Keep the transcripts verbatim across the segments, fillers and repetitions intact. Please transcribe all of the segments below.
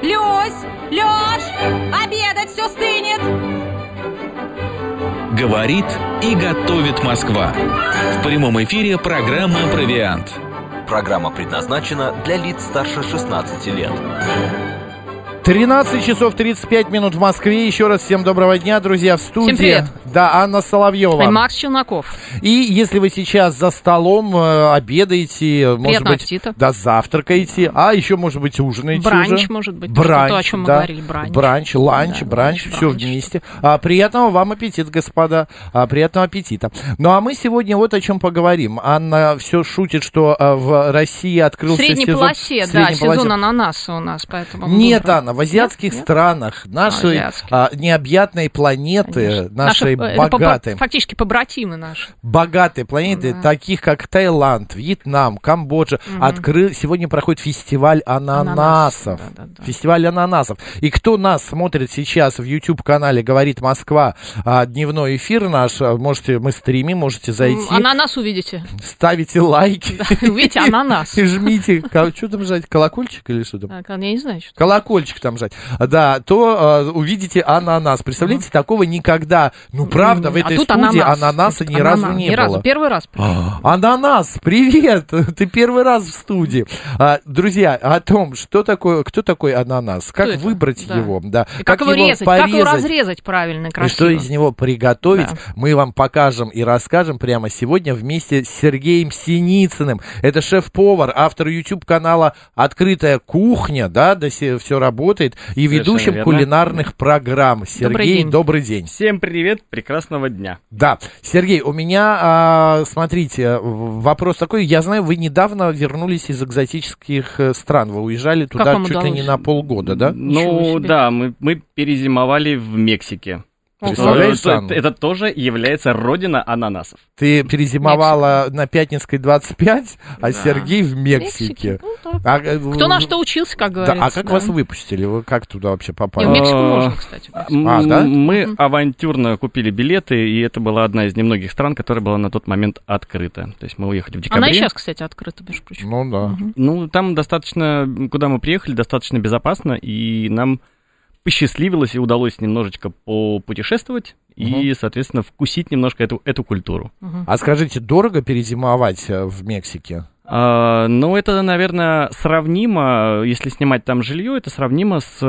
Люсь! Лёш! Обедать все стынет! Говорит и готовит Москва. В прямом эфире программа «Провиант». Программа предназначена для лиц старше шестнадцати лет. тринадцать часов тридцать пять минут в Москве. Еще раз всем доброго дня, друзья, в студии. Всем привет. Да, Анна Соловьева. И Макс Челноков. И если вы сейчас за столом э, обедаете, может Приятного быть, аппетита. да, завтракаете, а еще, может быть, ужинаете Бранч, уже. может быть, Бранч, то, о чем мы да. говорили, бранч. Бранч, ланч, Да, бранч, бранч, все бранч. вместе. А, приятного вам аппетита, господа. А, приятного аппетита. Ну, а мы сегодня вот о чем поговорим. Анна все шутит, что а, в России открылся В средней сезон... полосе, в да, средней полосе. сезон ананаса у нас, поэтому... Нет, выбрали. Анна, в азиатских Нет? странах нашей Азиатских. а, необъятной планеты, Конечно. нашей Наши, это богатой, по- фактически побратимы наши. богатой планеты, Да. таких как Таиланд, Вьетнам, Камбоджа, Мгм. открыл, сегодня проходит фестиваль ананасов. Ананас, да, да, да. Фестиваль ананасов. И кто нас смотрит сейчас в YouTube-канале «Говорит Москва», а, дневной эфир наш, а, можете, мы стримим, можете зайти, М, Ананас увидите. ставите лайки. Увидите ананас. И жмите, ко- что там жать, колокольчик или что там? Так, Я не знаю, что. Колокольчик там жать, да, то э, увидите ананас. Представляете, такого никогда, ну правда, в А этой тут студии ананас. ананаса Тут ни разу ананас. не Ни было. разу, первый раз. А, Ананас, привет! Ты первый раз в студии. А, друзья, о том, что такое, кто такой ананас, как это? выбрать Да. его, да, И как, его резать, порезать, как его разрезать правильно, и красиво. что из него приготовить, Да. мы вам покажем и расскажем прямо сегодня вместе с Сергеем Синицыным. Это шеф-повар, автор YouTube-канала «Открытая кухня», да, да, все работает, и Совершенно ведущим верно. кулинарных программ. Сергей, день. добрый день. Всем привет, прекрасного дня. Да, Сергей, у меня, а, смотрите, в- вопрос такой. Я знаю, вы недавно вернулись из экзотических э, стран. Вы уезжали туда вам чуть ли удалось? не на полгода, да? Ничего Ну себе. да, мы, мы перезимовали в Мексике. Представляешь, это, Анна? это тоже является родина ананасов. Ты перезимовала на Пятницкой двадцать пять, а Да. Сергей в Мексике. Ну, так. А, э, Кто на что учился, как да, говорится. а как да. вас выпустили? Вы как туда вообще попали? Не, в Мексику А, можно, кстати. в Мексику. М, А, да? Мы Мгм. авантюрно купили билеты, и это была одна из немногих стран, которая была на тот момент открыта. То есть мы уехали в декабре. Она и сейчас, кстати, открыта, между прочим. Ну да. Мгм. Ну, там достаточно, куда мы приехали, достаточно безопасно, и нам посчастливилось и удалось немножечко попутешествовать и, соответственно, вкусить немножко эту, эту культуру. Мгм. А скажите, дорого перезимовать э, в Мексике? А, ну, это, наверное, сравнимо, если снимать там жилье, это сравнимо с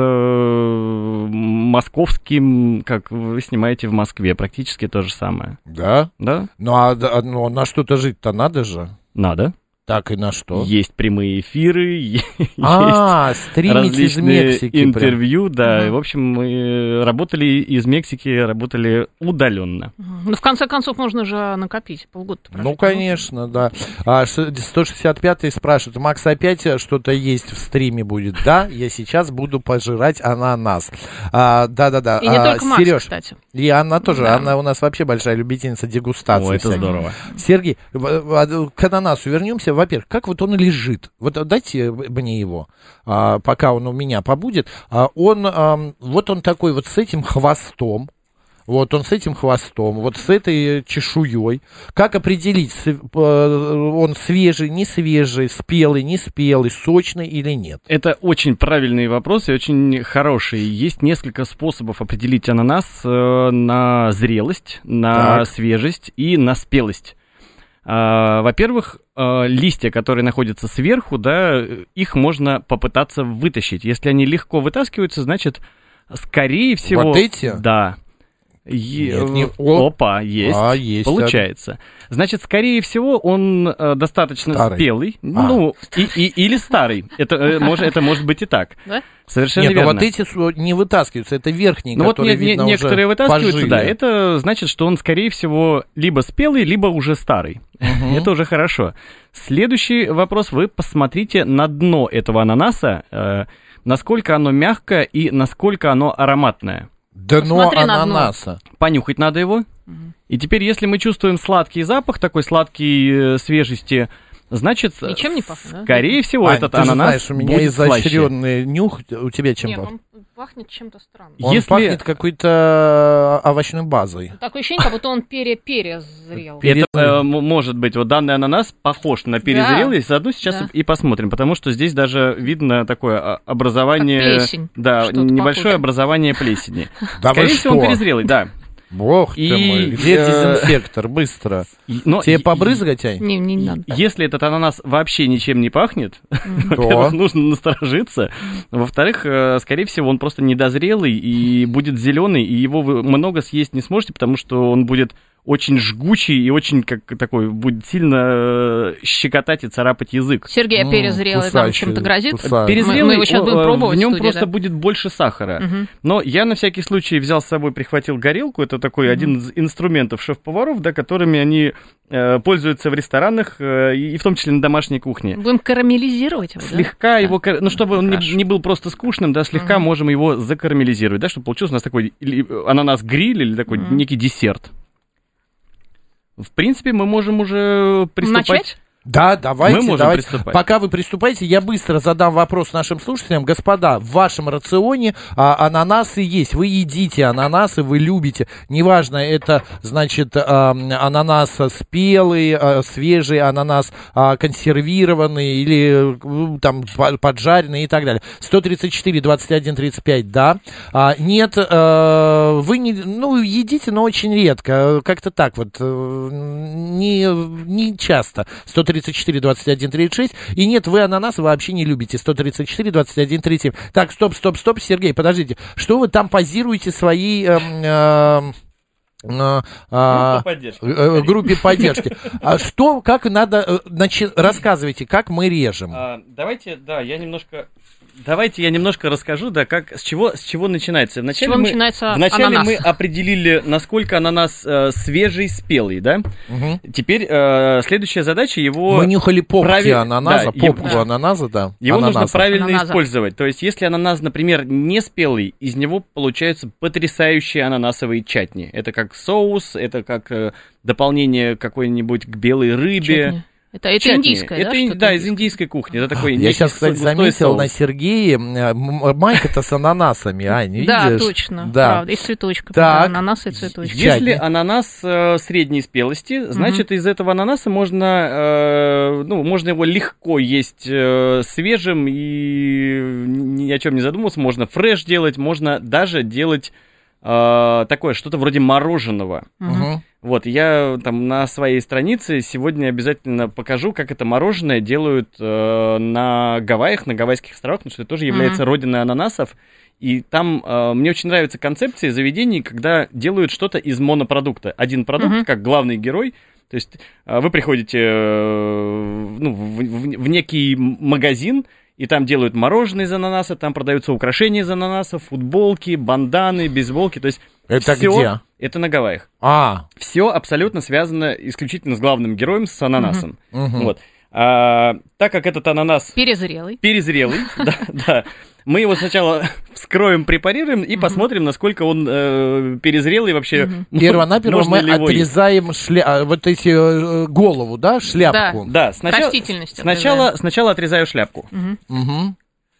э, московским, как вы снимаете в Москве, практически то же самое. Да? Да? Ну а да, ну, на что-то жить-то надо же. Надо. Так и на что? Есть прямые эфиры, есть А, стримить из различные Мексики. прям. интервью, да. Мгм. И, в общем, мы работали из Мексики, работали удаленно. Мгм. Ну, в конце концов, можно же накопить. Полгода-то прожить. Ну, конечно, да. А, ш- сто шестьдесят пятый спрашивает, Макс, опять что-то есть в стриме будет? Да, я сейчас буду пожирать ананас. А, да-да-да. И не А, только Макс, Серёж, кстати. и Анна тоже. Да. Анна у нас вообще большая любительница дегустации. О, это всяких. здорово. Сергей, в- в- к ананасу вернемся. Во-первых, как вот он лежит? Вот дайте мне его, а, пока он у меня побудет. А, он, ам, вот он такой вот с этим хвостом. Вот он с этим хвостом, вот с этой чешуей. Как определить, с- э, он свежий, не свежий, спелый, не спелый, сочный или нет? Это очень правильный вопрос и очень хороший. Есть несколько способов определить ананас э, на зрелость, на Так. свежесть и на спелость. А, во-первых, э, листья, которые находятся сверху, да, их можно попытаться вытащить. Если они легко вытаскиваются, значит, скорее всего... Вот эти? Да. Е- Нет, не- о. Опа, есть. А, есть, Получается. Значит, скорее всего, он э, достаточно Старый. спелый. А. Ну, и, и- или старый. Это, э, может, это может быть и так. Да? Совершенно Нет, ну верно. вот эти с- не вытаскиваются, это верхние, Ну вот которые, не- не- видно, некоторые уже вытаскиваются, пожили. да. Это значит, что он, скорее всего, либо спелый, либо уже старый. Мгм. Это уже хорошо. Следующий вопрос. Вы посмотрите на дно этого ананаса, э, насколько оно мягкое и насколько оно ароматное. Дно Посмотри на дно. ананаса. Понюхать надо его. И теперь, если мы чувствуем сладкий запах, такой сладкий э, свежести, значит, Ничем не пахнет, да? скорее всего, Ань, этот ты же ананас знаешь, у меня будет слаще. изощренный нюх. У тебя чем Нет, пахнет? он пахнет чем-то странным. Он Если- пахнет какой-то овощной базой. Такое ощущение, как будто он пере-перезрел. Пере- Это э, м- может быть, вот данный ананас похож на перезрелый, заодно сейчас Да. и посмотрим, потому что здесь даже видно такое а, образование... Как плесень. Да, Что-то небольшое похоже. образование плесени. Да Скорее вы всего, он что? перезрелый, да. Бог ты И, мой, где э, дезинфектор? Быстро. И- но Тебе и- побрызгать, Ань? Не, не надо. Если этот ананас вообще ничем не пахнет, То. во-первых, нужно насторожиться. Во-вторых, э, скорее всего, он просто недозрелый и будет зеленый, и его вы много съесть не сможете, потому что он будет очень жгучий и очень как такой будет сильно э, щекотать и царапать язык. Сергей, а М, перезрелый нам кусачий, чем-то грозит? кусачий. Перезрелый, Мы- мы его щас о, будем э, пробовать в нем в студии, просто да? будет больше сахара. Мгм. Но я на всякий случай взял с собой, прихватил горелку. Это такой один из инструментов шеф-поваров, да, которыми они э, пользуются в ресторанах, э, и, и в том числе на домашней кухне. Будем карамелизировать его, да? Слегка его, кар- ну, чтобы он не, Хорошо. не был просто скучным, да, слегка Мгм. можем его закарамелизировать, да, чтобы получился у нас такой или ананас-гриль или такой Мгм. некий десерт. В принципе, мы можем уже приступать. Начать? Да, давайте, Мы можем давайте. приступать. Пока вы приступаете, я быстро задам вопрос нашим слушателям. Господа, в вашем рационе а, ананасы есть. Вы едите ананасы, вы любите. Неважно, это, значит, а, ананас спелый, а, свежий, ананас а, консервированный или м, там по- поджаренный и так далее. сто тридцать четыре двадцать один тридцать пять, да. А, нет, а, вы не, ну, едите, но очень редко. Как-то так вот, э, не, не часто. сто тридцать четыре двадцать один тридцать шесть. И нет, вы ананасы вообще не любите. сто тридцать четыре двадцать один тридцать семь. Так, стоп, стоп, стоп, Сергей, подождите. Что вы там позируете свои... эм, эм, э, а, поддержки. э, группе поддержки? А что, как надо... э, начи- Рассказывайте, как мы режем. А, давайте, да, я немножко... Давайте я немножко расскажу, да, как, с чего, с чего начинается. Вначале чего мы, начинается вначале ананас? мы определили, насколько ананас э, свежий, спелый, да. Мгм. Теперь э, следующая задача его... Мы нюхали попки прави- ананаса, да, его- попку да. ананаса, да. Его нужно ананаса. правильно Ананаса. использовать. То есть, если ананас, например, не спелый, из него получаются потрясающие ананасовые чатни. Это как соус, это как э, дополнение какой-нибудь к белой рыбе. Чатни. Это, это Чатни. индийское, Это да? ин- что-то да, из индийское? индийской кухни. Это такой Я некий сейчас, кстати, густой заметил соус. на Сергее, м, м, майка-то с ананасами, Ань, видишь? Да, точно, Да. правда, и с цветочком. Так. Да, ананас и цветочек. Я- Если Чатни. ананас э, средней спелости, значит, из этого ананаса можно, э, ну, можно его легко есть э, свежим и ни о чем не задумываться. Можно фреш делать, можно даже делать э, такое, что-то вроде мороженого. Мгм. Мгм. Вот, я там на своей странице сегодня обязательно покажу, как это мороженое делают э, на Гавайях, на Гавайских островах, потому что это тоже является родиной ананасов. И там э, мне очень нравится концепция заведений, когда делают что-то из монопродукта. Один продукт, Мгм. как главный герой. То есть э, вы приходите э, ну, в, в- в некий магазин, и там делают мороженое из ананаса, там продаются украшения из ананаса, футболки, банданы, бейсболки. То есть Это всё- где? Это на Гавайях. А, Все абсолютно связано исключительно с главным героем, с ананасом. мгм. Вот. А, так как этот ананас Перезрелый. перезрелый, да, да, мы его сначала вскроем, препарируем и посмотрим, насколько он э, перезрелый вообще. Мгм. м- Первонаперво можно мы ли его есть. отрезаем шля... а, вот эти э, голову, да, шляпку. Да, сначала, Растительность сначала, сначала отрезаю шляпку. Мгм. Мгм.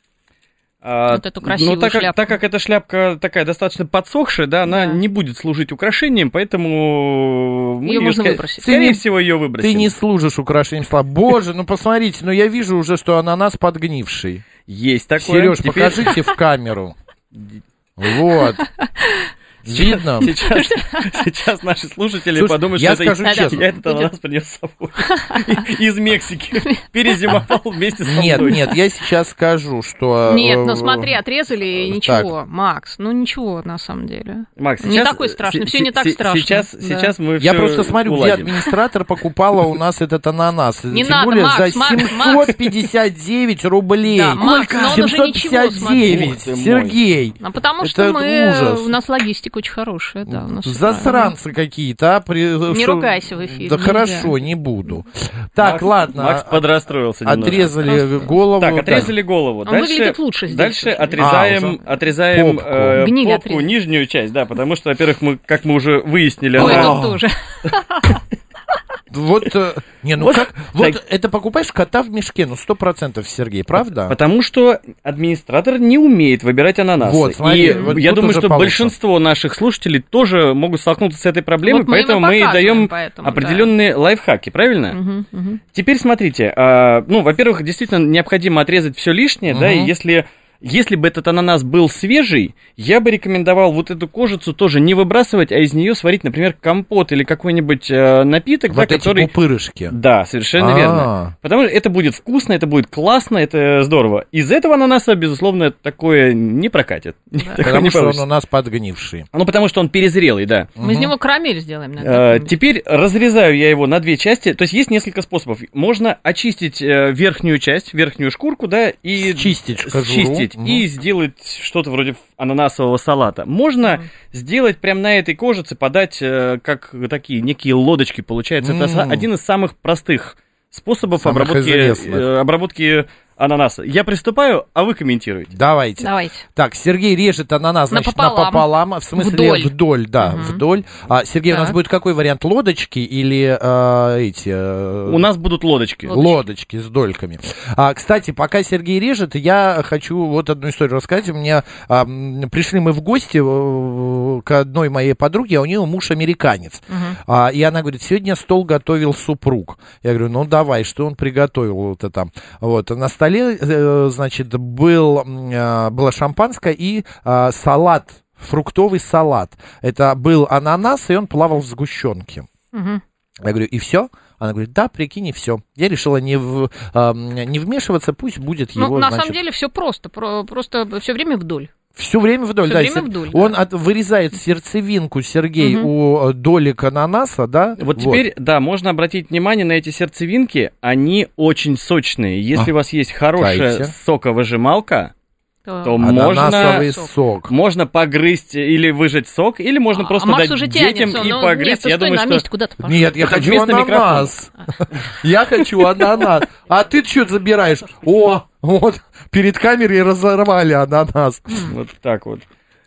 А, Вот эту красивую ну, так как, шляпку. так как эта шляпка такая достаточно подсохшая, да, она Да. не будет служить украшением, поэтому мы Её можно ска- выбросить. Скорее Ты не- всего, ее выбросим. Ты не служишь украшением слова. Боже, ну посмотрите, ну я вижу уже, что ананас подгнивший. Есть такое. Сереж, Теперь- покажите в камеру. Вот. Видно? Сейчас, сейчас наши слушатели Слушай, подумают, я что это скажу я- честно. я этот ананас принес с собой из Мексики. Перезимовал вместе со мной. Нет, нет, я сейчас скажу, что... Нет, э, ну смотри, отрезали и так. ничего. Макс, ну ничего на самом деле. Макс, Не такой страшный, се- всё не так се- страшно. Сейчас, Да. сейчас мы Я всё просто смотрю, где уладим. администратор покупала у нас этот ананас. Не Тем надо, более Макс, за Макс, семьсот пятьдесят девять рублей. Да, Макс, но он уже семьсот пятьдесят ничего, смотри. девять, Ух ты мой. Сергей. А потому Это что мы, ужас. у нас логистика очень хорошая, да. у нас всё Засранцы какие-то, а? При- Не что- ругайся в эфире, Да нельзя. хорошо, не буду. Так, Макс- ладно. Макс а- подрастроился немножко. Отрезали Просто. голову. Так, да. отрезали голову. Он Дальше, выглядит лучше здесь дальше уже. отрезаем, А, уже? отрезаем Попку. э, Гниль попку, отрезали. нижнюю часть, да, потому что, во-первых, мы, как мы уже выяснили, Ой, она- тут тоже. Вот, э, не, ну Вот как, вот так. это покупаешь кота в мешке, ну сто процентов, Сергей, правда? Потому что администратор не умеет выбирать ананасы. Вот, смотри, и вот я тут думаю, уже что получше. большинство наших слушателей тоже могут столкнуться с этой проблемой, Вот мы им и поэтому мы показываем, даем поэтому, да. определенные лайфхаки, правильно? Мгм, мгм. Теперь смотрите, а, ну, во-первых, действительно необходимо отрезать все лишнее, да, и Мгм. если... Если бы этот ананас был свежий, я бы рекомендовал вот эту кожицу тоже не выбрасывать, а из нее сварить, например, компот или какой-нибудь э, напиток, Вот да, эти который... пупырышки. Да, совершенно А. верно. Потому что это будет вкусно, это будет классно, это здорово. Из этого ананаса, безусловно, такое не прокатит. Такое Потому не что он получится. у нас подгнивший. Ну, потому что он перезрелый, да. Мы из Мгм. него карамель сделаем. Э, наверное. Теперь разрезаю я его на две части. То есть есть несколько способов. Можно очистить э, верхнюю часть, верхнюю шкурку, да, и Счистить кожуру. счистить Мгм. и сделать что-то вроде ананасового салата. Можно сделать прям на этой кожице, подать э, как такие некие лодочки, получается. Это М. са- один из самых простых способов Самых обработки, известных. э, обработки ананаса. Я приступаю, а вы комментируете. Давайте. Давайте. Так, Сергей режет ананас, значит, Напополам. напополам. В смысле, Вдоль. вдоль, да, Мгм. вдоль. А, Сергей, у нас Так. будет какой вариант? Лодочки или э, эти... э, У нас будут лодочки. Лодочки. Лодочки с дольками. А, кстати, пока Сергей режет, я хочу вот одну историю рассказать. У меня а, м, пришли мы в гости э, к одной моей подруге, а у нее муж американец. Мгм. А, и она говорит, сегодня стол готовил супруг. Я говорю, ну давай, что он приготовил это там. Вот, на столе, э, значит, был, э, было шампанское и э, салат, фруктовый салат. Это был ананас, и он плавал в сгущенке. Мгм. Я говорю, и все? Она говорит, да, прикинь, и все. Я решила не, в, а, не вмешиваться, пусть будет его, Ну, на значит, самом деле все просто. Про- просто все время вдоль. все время вдоль. всё да, время Сер- вдоль, Он да. от- вырезает сердцевинку, Сергей, Мгм. у э, долек ананаса, да? Вот теперь, да, можно обратить внимание на эти сердцевинки, они очень сочные. Если А, у вас есть хорошая дайте. соковыжималка, То- то Ананасовый можно, Сок. сок. можно погрызть или выжать сок, или можно А- просто а Макс дать уже детям тянется, и ну, погрызть. Нет, ты Я стой думаю, на что... месте, куда ты пошел? Нет, я Это хочу вместо ананас. Я хочу ананас. А ты что забираешь? О, вот, перед камерой разорвали ананас. Вот так вот.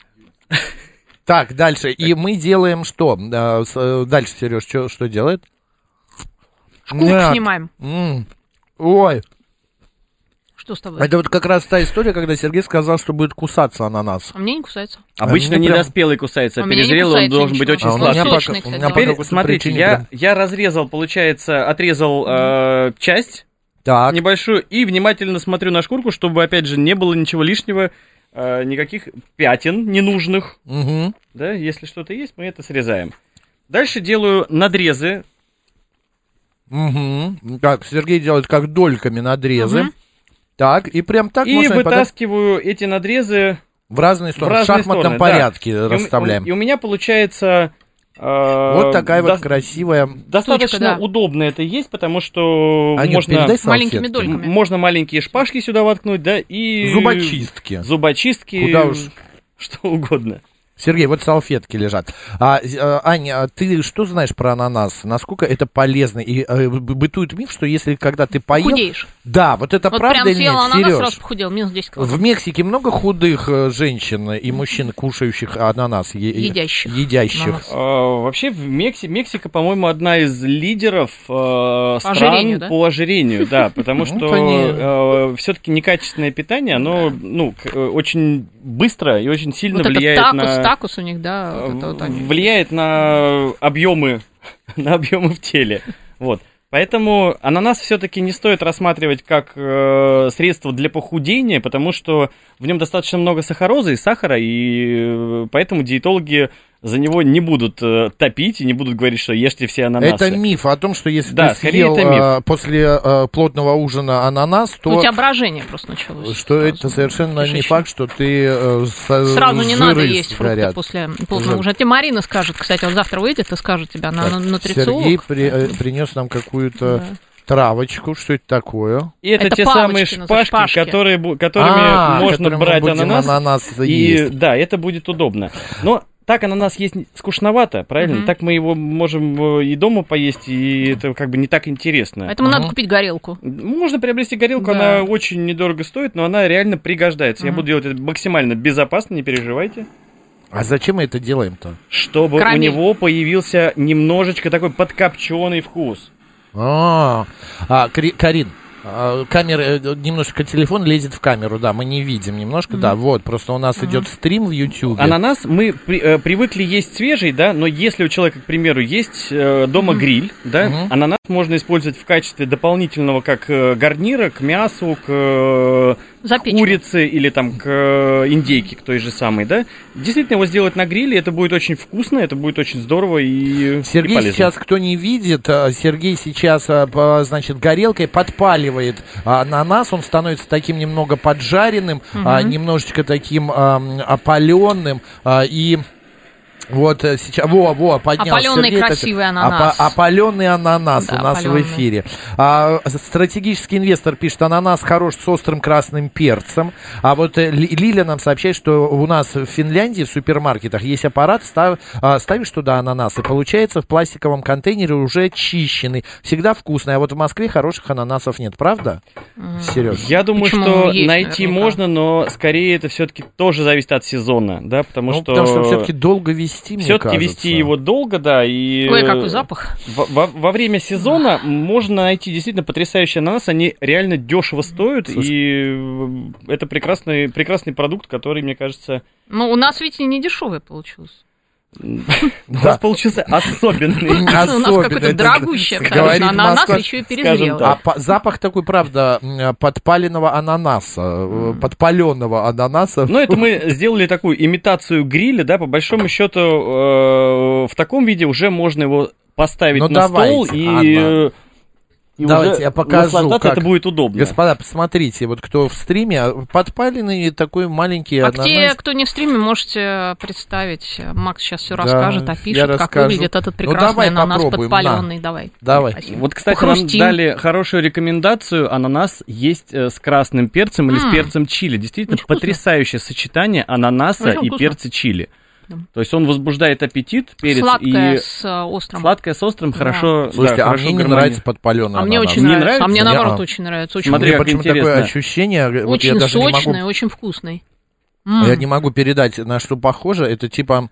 Так, дальше. И мы делаем что? А, с- э, Дальше, Сереж, что, что делает? Шкурку Нет. снимаем. М. Ой, Что с тобой? это вот как раз та история, когда Сергей сказал, что будет кусаться ананас. А мне не кусается. Обычно А мне прям- недоспелый кусается, а У меня не перезрелый он кусается должен быть ничего. очень А у меня сладкий. пока- Сочный, у кстати, меня да. по Теперь, какой-то смотрите, причине я, прям- я разрезал, получается, отрезал э, часть Так, небольшую и внимательно смотрю на шкурку, чтобы, опять же, не было ничего лишнего, э, никаких пятен ненужных. мгм. Да, если что-то есть, мы это срезаем. Дальше делаю надрезы. Мгм. Так, Сергей делает как дольками надрезы. Мгм. Так, и прям так и можно и подать вытаскиваю эти надрезы в разные в стороны, в разные шахматном стороны. да. порядке И у- расставляем. И у меня получается... э, Вот такая вот дос- красивая. Достаточно Штучка, да. удобно это есть, потому что Анют, можно, передай маленькими салфетки. дольками. м- можно маленькие шпажки сюда воткнуть, да, и... Зубочистки. Зубочистки. Куда уж. Что угодно. Сергей, вот салфетки лежат. А, э, Аня, а ты что знаешь про ананас? Насколько это полезно? И э, б- бытует миф, что если когда ты поел... Худеешь. Да, вот это Вот правда прям или нет, съела ананас, Сереж? сразу похудел, минус десять килограмм. В Мексике много худых э, женщин и мужчин, кушающих ананас? е- е- Едящих. Едящих. Ананас. А, вообще, в Мекси... Мексика, по-моему, одна из лидеров э, стран ожирению, да? по ожирению, да, потому Ну, что понятно. все-таки некачественное питание, оно ну, к- э, очень быстро и очень сильно Вот это влияет такус, на... такус у них, да, вот это вот они. влияет на объемы, на объемы в теле. Вот. Поэтому ананас все-таки не стоит рассматривать как э, средство для похудения, потому что в нем достаточно много сахарозы и сахара, и э, поэтому диетологи за него не будут э, топить и не будут говорить, что ешьте все ананасы. Это миф о том, что если Да, ты скорее съел это миф. э, после э, плотного ужина ананас, то У тебя брожение просто началось. что сразу. это совершенно не Кишечник. факт, что ты э, со- Сразу не жиры надо есть фрукты сгорят. после Жир. плотного ужина. Тебе Марина скажет, кстати, вот завтра выйдет и скажет тебя на, Так, на нутрициолог. Сергей при- э, принес нам какую-то Да. травочку. Что это такое? И это, Это те палочки самые называются, шпажки, шпажки. которые, бу- которыми А, можно которыми мы брать будем ананас. ананас И есть. да, это будет удобно. Но так ананас есть не- скучновато, правильно? Мгм. Так мы его можем э, и дома поесть, и это как бы не так интересно. Поэтому Мгм. надо купить горелку. Можно приобрести горелку, Да. она очень недорого стоит, но она реально пригождается. Я Мгм. буду делать это максимально безопасно, не переживайте. А зачем мы это делаем-то? Чтобы Карамель. у него появился немножечко такой подкопченый вкус. А, а Кри- Карин, а, камера, э, немножко телефон лезет в камеру, да, мы не видим немножко, да, вот, просто у нас идет стрим в YouTube. Ананас мы при- э, привыкли есть свежий, да, но если у человека, к примеру, есть э, дома гриль, да, Мгм. ананас можно использовать в качестве дополнительного как э, гарнира к мясу, к э, Запечь. курице или там к э, индейке, к той же самой, да. Действительно его сделать на гриле, это будет очень вкусно, это будет очень здорово и, и Сергей полезно. сейчас, кто не видит, а, Сергей сейчас, а, по- значит, горелкой подпаливает а, ананас, он становится таким немного поджаренным, а, немножечко таким а, м, опаленным, а, и вот э, сейчас, во, во, поднял Опаленный Сергей, это- красивый ананас. Опа- опаленный ананас Да, у нас опаленный. в эфире. А, стратегический инвестор пишет, ананас хорош с острым красным перцем. А вот э, Ли- Лиля нам сообщает, что у нас в Финляндии в супермаркетах есть аппарат, став- а, ставишь туда ананас, и получается в пластиковом контейнере уже чищенный. Всегда вкусный. А вот в Москве хороших ананасов нет, правда, Сереж? Я думаю, Почему? что Есть найти наверняка. можно, но скорее это все-таки тоже зависит от сезона, да, потому Ну, что... потому что все-таки долго вести, мне Все-таки кажется. вести его долго, да, и... Ой, какой запах. Во, во- во время сезона можно найти действительно потрясающие ананасы, они реально дешево стоят, и э, это прекрасный, прекрасный продукт, который, мне кажется, Ну, у нас ведь и не дешевый получился. у вас получился особенный. У нас Особенно, какой-то это дорогущий говорит абсолютно ананас, Москва, еще и скажем перезрелый. так. А по- запах такой, правда, м, подпаленного ананаса, э, подпаленного ананаса. Ну, это мы сделали такую имитацию гриля, да, по большому счету, э, в таком виде уже можно его поставить Ну, на стол давайте, и... Анна. э, и Давайте уже я покажу, наслаждаться как- это будет удобно. Господа, посмотрите, вот кто в стриме, подпаленный такой маленький А ананас. те, кто не в стриме, можете представить. Макс сейчас все Да, расскажет, я опишет, как расскажу. выглядит этот Ну, прекрасный давай ананас попробуем, подпаленный. Давай. Давай. Спасибо. Вот, кстати, нам Похрустим. дали хорошую рекомендацию. Ананас есть э, с красным перцем или М. с перцем чили. Действительно, Очень вкусно. потрясающее сочетание ананаса Очень и вкусно. перца чили. Да. То есть он возбуждает аппетит, перец Сладкое и... с э, острым. Сладкое с острым, Да. хорошо. Слушайте, да, а хорошо мне не гармони- нравится подпаленный А мне ананас. очень Не нравится. нравится? А мне Не, наоборот а. очень нравится. Очень, Смотри, Мне как почему-то интересно. такое ощущение, вот очень я даже не сочный, могу, очень вкусный. я М. не могу передать, на что похоже. Это типа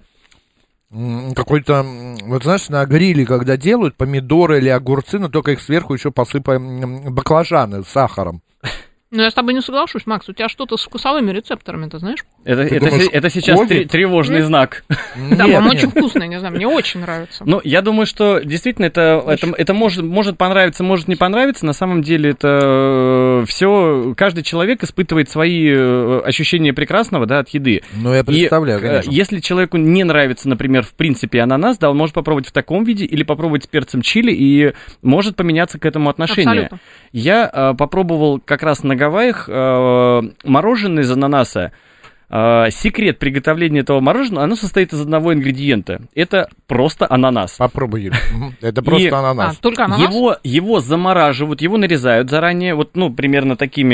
м, какой-то, м, вот знаешь, на гриле, когда делают помидоры или огурцы, но только их сверху еще посыпаем м, баклажаны с сахаром. Ну, я с тобой не соглашусь, Макс. У тебя что-то с вкусовыми рецепторами, ты знаешь? Это, Ты это, думаешь, се- это сейчас ковид? тре- тревожный знак. Да, Нет, по-моему, нет. очень вкусный, не знаю, мне очень нравится. Ну, я думаю, что действительно это, это, это может, может понравиться, может не понравиться. На самом деле это все... Каждый человек испытывает свои э, ощущения прекрасного, да, от еды. Ну, я представляю, И, э, конечно. если человеку не нравится, например, в принципе ананас, да, он может попробовать в таком виде или попробовать с перцем чили, и может поменяться к этому отношение. Абсолютно. Я э, попробовал как раз на Гавайях э, мороженое из ананаса. Э, секрет приготовления этого мороженого, оно состоит из одного ингредиента. Это просто ананас. Попробуй, Юль. Это просто И- А, ананас. только ананас? Его, его замораживают, его нарезают заранее, вот, ну, примерно такими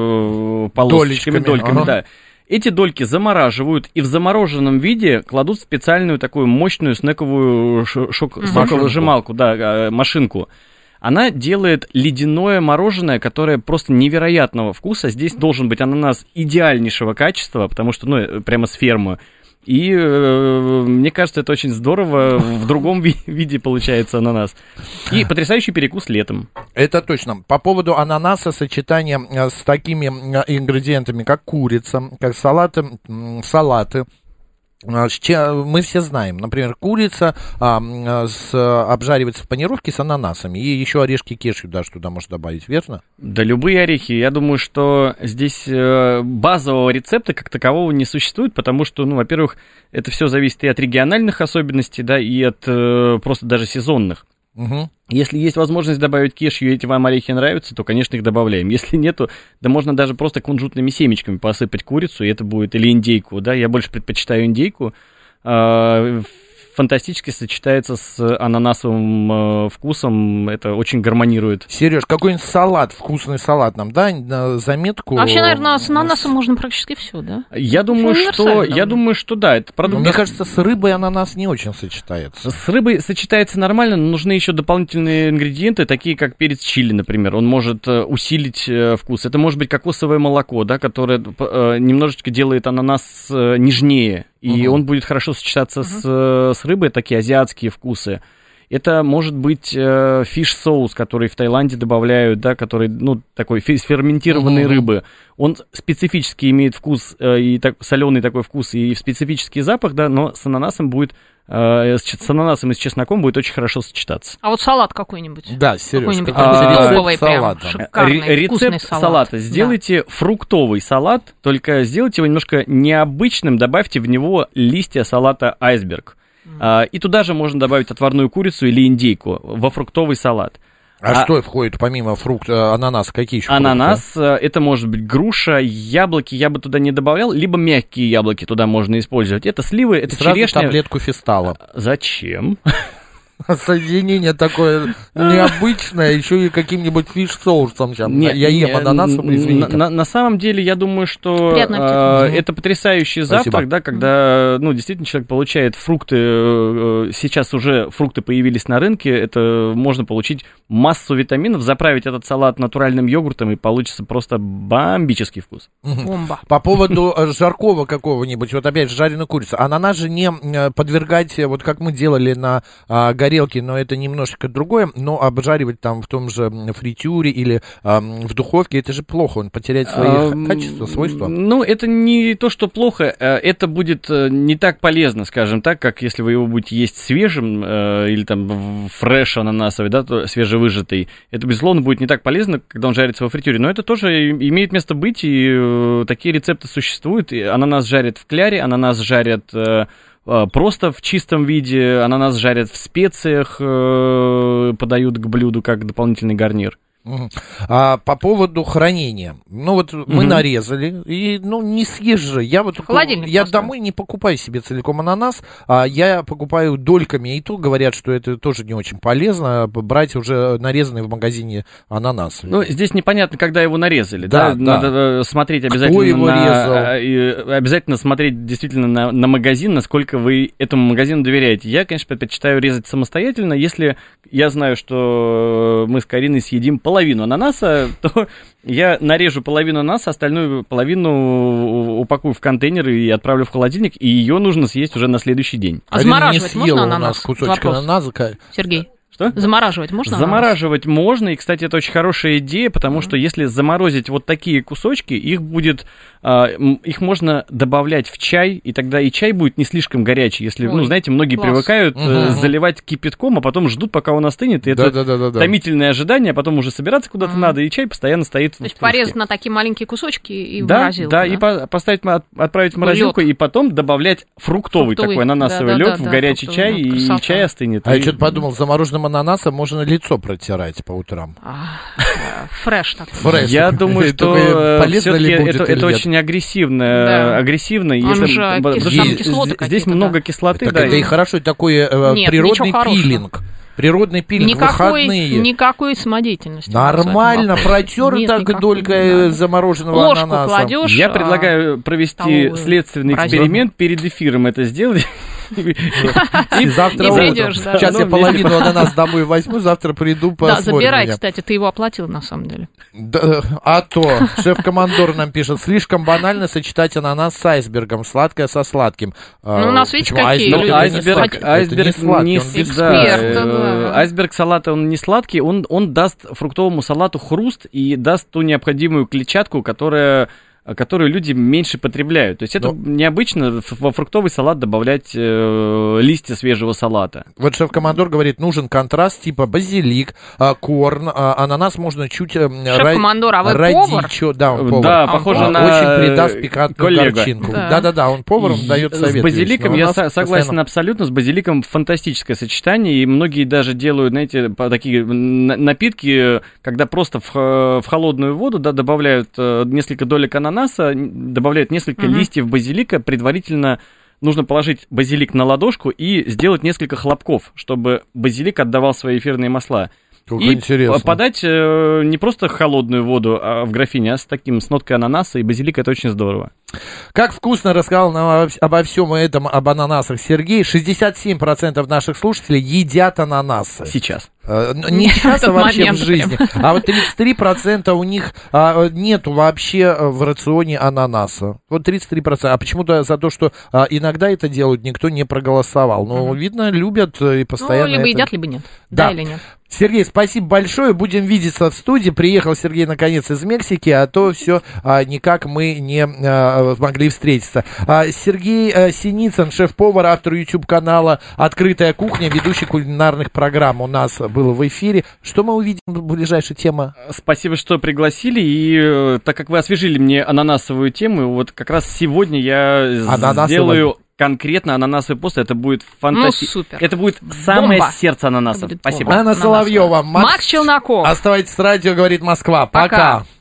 э, полосочками, Долечками, дольками, ага. да. Эти дольки замораживают и в замороженном виде кладут в специальную такую мощную снековую ш- шок- соковыжималку, да, э, машинку. Она делает ледяное мороженое, которое просто невероятного вкуса. Здесь должен быть ананас идеальнейшего качества, потому что, ну, прямо с фермы. И э, мне кажется, это очень здорово. В другом ви- виде получается ананас. И потрясающий перекус летом. Это точно. По поводу ананаса, сочетание э, с такими э, ингредиентами, как курица, как салаты, м, салаты. А, с че- Мы все знаем, например, курица а, м, с, обжаривается в панировке с ананасами, и еще орешки кешью даже туда можно добавить, верно? Да любые орехи. Я думаю, что здесь э, базового рецепта как такового не существует, потому что, ну, во-первых, это все зависит и от региональных особенностей, да, и от э, просто даже сезонных. Угу. Если есть возможность добавить кешью, и эти вам орехи нравятся, то, конечно, их добавляем. Если нету, да можно даже просто кунжутными семечками посыпать курицу, и это будет, или индейку, да, я больше предпочитаю индейку. А, фантастически сочетается с ананасовым э, вкусом, это очень гармонирует. Сереж, какой-нибудь салат, вкусный салат нам, да, на заметку? Вообще, наверное, с ананасом можно практически все, да? Я думаю, что, универсально. я думаю, что да, это Ну, продукт. мне кажется, с рыбой ананас не очень сочетается. С рыбой сочетается нормально, но нужны еще дополнительные ингредиенты, такие как перец чили, например. Он может э, усилить э, вкус. Это может быть кокосовое молоко, да, которое э, немножечко делает ананас э, нежнее. И и Мгм. он будет хорошо сочетаться с, э, с рыбой, такие азиатские вкусы. Это может быть э, фиш-соус, который в Таиланде добавляют, да, который, ну, такой фи- ферментированной Мгм. рыбы. Он специфически имеет вкус, э, и так, соленый такой вкус, и специфический запах, да, но с ананасом будет, э, с, ч- с ананасом и с чесноком будет очень хорошо сочетаться. А вот салат какой-нибудь? Да, Сереж, Какой-нибудь какой такой рецепт топовый прям, салата? шикарный, Ре- вкусный Рецепт салат. салата. Да. Сделайте фруктовый салат, только сделайте его немножко необычным, добавьте в него листья салата айсберг. А, и туда же можно добавить отварную курицу или индейку во фруктовый салат. А, А- что входит помимо фрукта, ананаса? Какие еще фрукты? Ананас, э, это может быть груша, яблоки я бы туда не добавлял, либо мягкие яблоки туда можно использовать. Это сливы, это Сразу черешня. таблетку фистала. Зачем? Соединение такое необычное, еще и каким-нибудь фиш-соусом. Не, Я ем не, ананасом, н- извините. На, на самом деле, я думаю, что Приятного э, аппетита. это потрясающий Спасибо. завтрак, да, когда, ну, действительно, человек получает фрукты, э, сейчас уже фрукты появились на рынке, это можно получить массу витаминов, заправить этот салат натуральным йогуртом, и получится просто бомбический вкус. Бомба. По поводу э, жаркого какого-нибудь, вот опять же жареная курица. Ананас же не э, подвергать, э, вот как мы делали на а, горелке, но это немножечко другое, но обжаривать там в том же м, фритюре или а, м, в духовке, это же плохо, он потеряет свои Ам, качества, свойства. Ну, это не то, что плохо, э, это будет э, не так полезно, скажем так, как если вы его будете есть свежим э, или там в- фреш ананасовый, да, то свежевыжатый. Это, безусловно, будет не так полезно, когда он жарится во фритюре, но это тоже и- имеет место быть, и э, такие рецепты существуют. И ананас жарят в кляре, ананас жарят э, э, просто в чистом виде, ананас жарят в специях, э, подают к блюду как дополнительный гарнир. Мгм. А по поводу хранения. Ну вот мы Мгм. нарезали, и ну не съешь же. Я вот Холодильник я поставил. домой не покупаю себе целиком ананас, а я покупаю дольками. И то говорят, что это тоже не очень полезно, брать уже нарезанный в магазине ананас. Ну, здесь непонятно, когда его нарезали, Да, да? да. Надо э, смотреть обязательно его на... резал? э, и обязательно смотреть действительно на, на магазин, насколько вы этому магазину доверяете. Я, конечно, предпочитаю резать самостоятельно. Если я знаю, что мы с Кариной съедим половину ананаса, то я нарежу половину ананаса, остальную половину упакую в контейнер и отправлю в холодильник, и ее нужно съесть уже на следующий день. А Карина не замораживать съела можно у нас ананас? кусочек Вопрос. ананаса. Ка- Сергей, Что? замораживать можно ананас? Замораживать можно, и, кстати, это очень хорошая идея, потому что если заморозить вот такие кусочки, их будет, а, м, их можно добавлять в чай, и тогда и чай будет не слишком горячий. Если, ну, Ой, знаете, многие класс. привыкают э, Мгм. заливать кипятком, а потом ждут, пока он остынет, и это Да-да-да-да. томительное ожидание, а потом уже собираться куда-то Мгм. надо, и чай постоянно стоит в То есть кружке. порезать на такие маленькие кусочки и в Да, морозилку, да, и по- поставить, ма- отправить в морозилку, и потом добавлять фруктовый, Фруктовый, такой ананасовый лед да-да-да, в горячий фруктовый чай, лёд, и красота. чай остынет. А я И- что-то подумал, замороженным ананасом можно лицо протирать по утрам. А, фреш такой. Фреш. Я думаю, что Только полезно все-таки ли будет это, или это нет? очень агрессивно, Да. агрессивно. и Он если- же б- кис- потому там что кислоты здесь какие-то, много да. кислоты, Так да. это и и- хорошо, такой э, Нет, природный ничего хорошего. пилинг. Природный пилинг, Никакой, выходные. никакой самодеятельности. Нормально, протер Нет, так никакой, долькой не э, надо. замороженного Ложку ананаса. кладешь. Я а, предлагаю провести столовую следственный морозилку. эксперимент перед эфиром это сделать. И завтра И утром. придешь, да. Сейчас я Ну, половину ананас домой возьму, завтра приду, Да, посмотрим. забирай, меня. кстати, ты его оплатил на самом деле. Да, а то, шеф-командор нам пишет, слишком банально сочетать ананас с айсбергом, сладкое со сладким. Ну, у нас, видите, Почему? какие Айсберг люди. это не айсберг, сладкий, это айсберг не сладкий, не он с- без да, Эксперт, э, да. айсберг салата, он не сладкий, он, он даст фруктовому салату хруст и даст ту необходимую клетчатку, которая которую люди меньше потребляют. То есть это Но- необычно ф- во фруктовый салат добавлять э, листья свежего салата. Вот шеф-командор говорит, нужен контраст типа базилик, а, корн, а, ананас можно чуть... э, ра- Шеф-командор, а вы радичо- Да, он повар. Да, А, похоже он на Очень придаст пикантную коллега. горчинку. Да. Да-да-да, он повар, он И дает совет. С базиликом весь, но у я нас со- согласен постоянно- абсолютно. С базиликом фантастическое сочетание. И многие даже делают, знаете, по- такие на- напитки, когда просто в, х- в холодную воду, да, добавляют э, несколько долек ананаса, н- добавляют несколько Мгм. листьев базилика. Предварительно нужно положить базилик на ладошку и сделать несколько хлопков, чтобы базилик отдавал свои эфирные масла. Как И интересно. п- подать э, не просто холодную воду а в графине, а с таким, с ноткой ананаса и базилика. Это очень здорово. Как вкусно рассказал нам обо всем этом, об ананасах Сергей. шестьдесят семь процентов наших слушателей едят ананасы. Сейчас. Не сейчас, а вообще в жизни. А вот тридцать три процента у них а, нету вообще в рационе ананаса. Вот тридцать три процента. А почему-то за то, что а, иногда это делают, никто не проголосовал. Ну, mm-hmm. видно, любят и постоянно. Ну, либо это... едят, либо нет. Да. Да или нет. Сергей, спасибо большое. Будем видеться в студии. Приехал Сергей, наконец, из Мексики, а то все а, никак мы не а, могли встретиться. А, Сергей а, Синицын, шеф-повар, автор YouTube-канала «Открытая кухня», ведущий кулинарных программ у нас был в эфире. Что мы увидим в ближайшей теме? Спасибо, что пригласили. И так как вы освежили мне ананасовую тему, вот как раз сегодня я Ананасовая. сделаю... конкретно ананасовый пост, это будет фантастично. Ну, супер. Это будет самое Бомба. сердце ананаса. Спасибо. Анна Соловьева, Макс, Макс Челноков. Оставайтесь с радио, говорит Москва. Пока. Пока.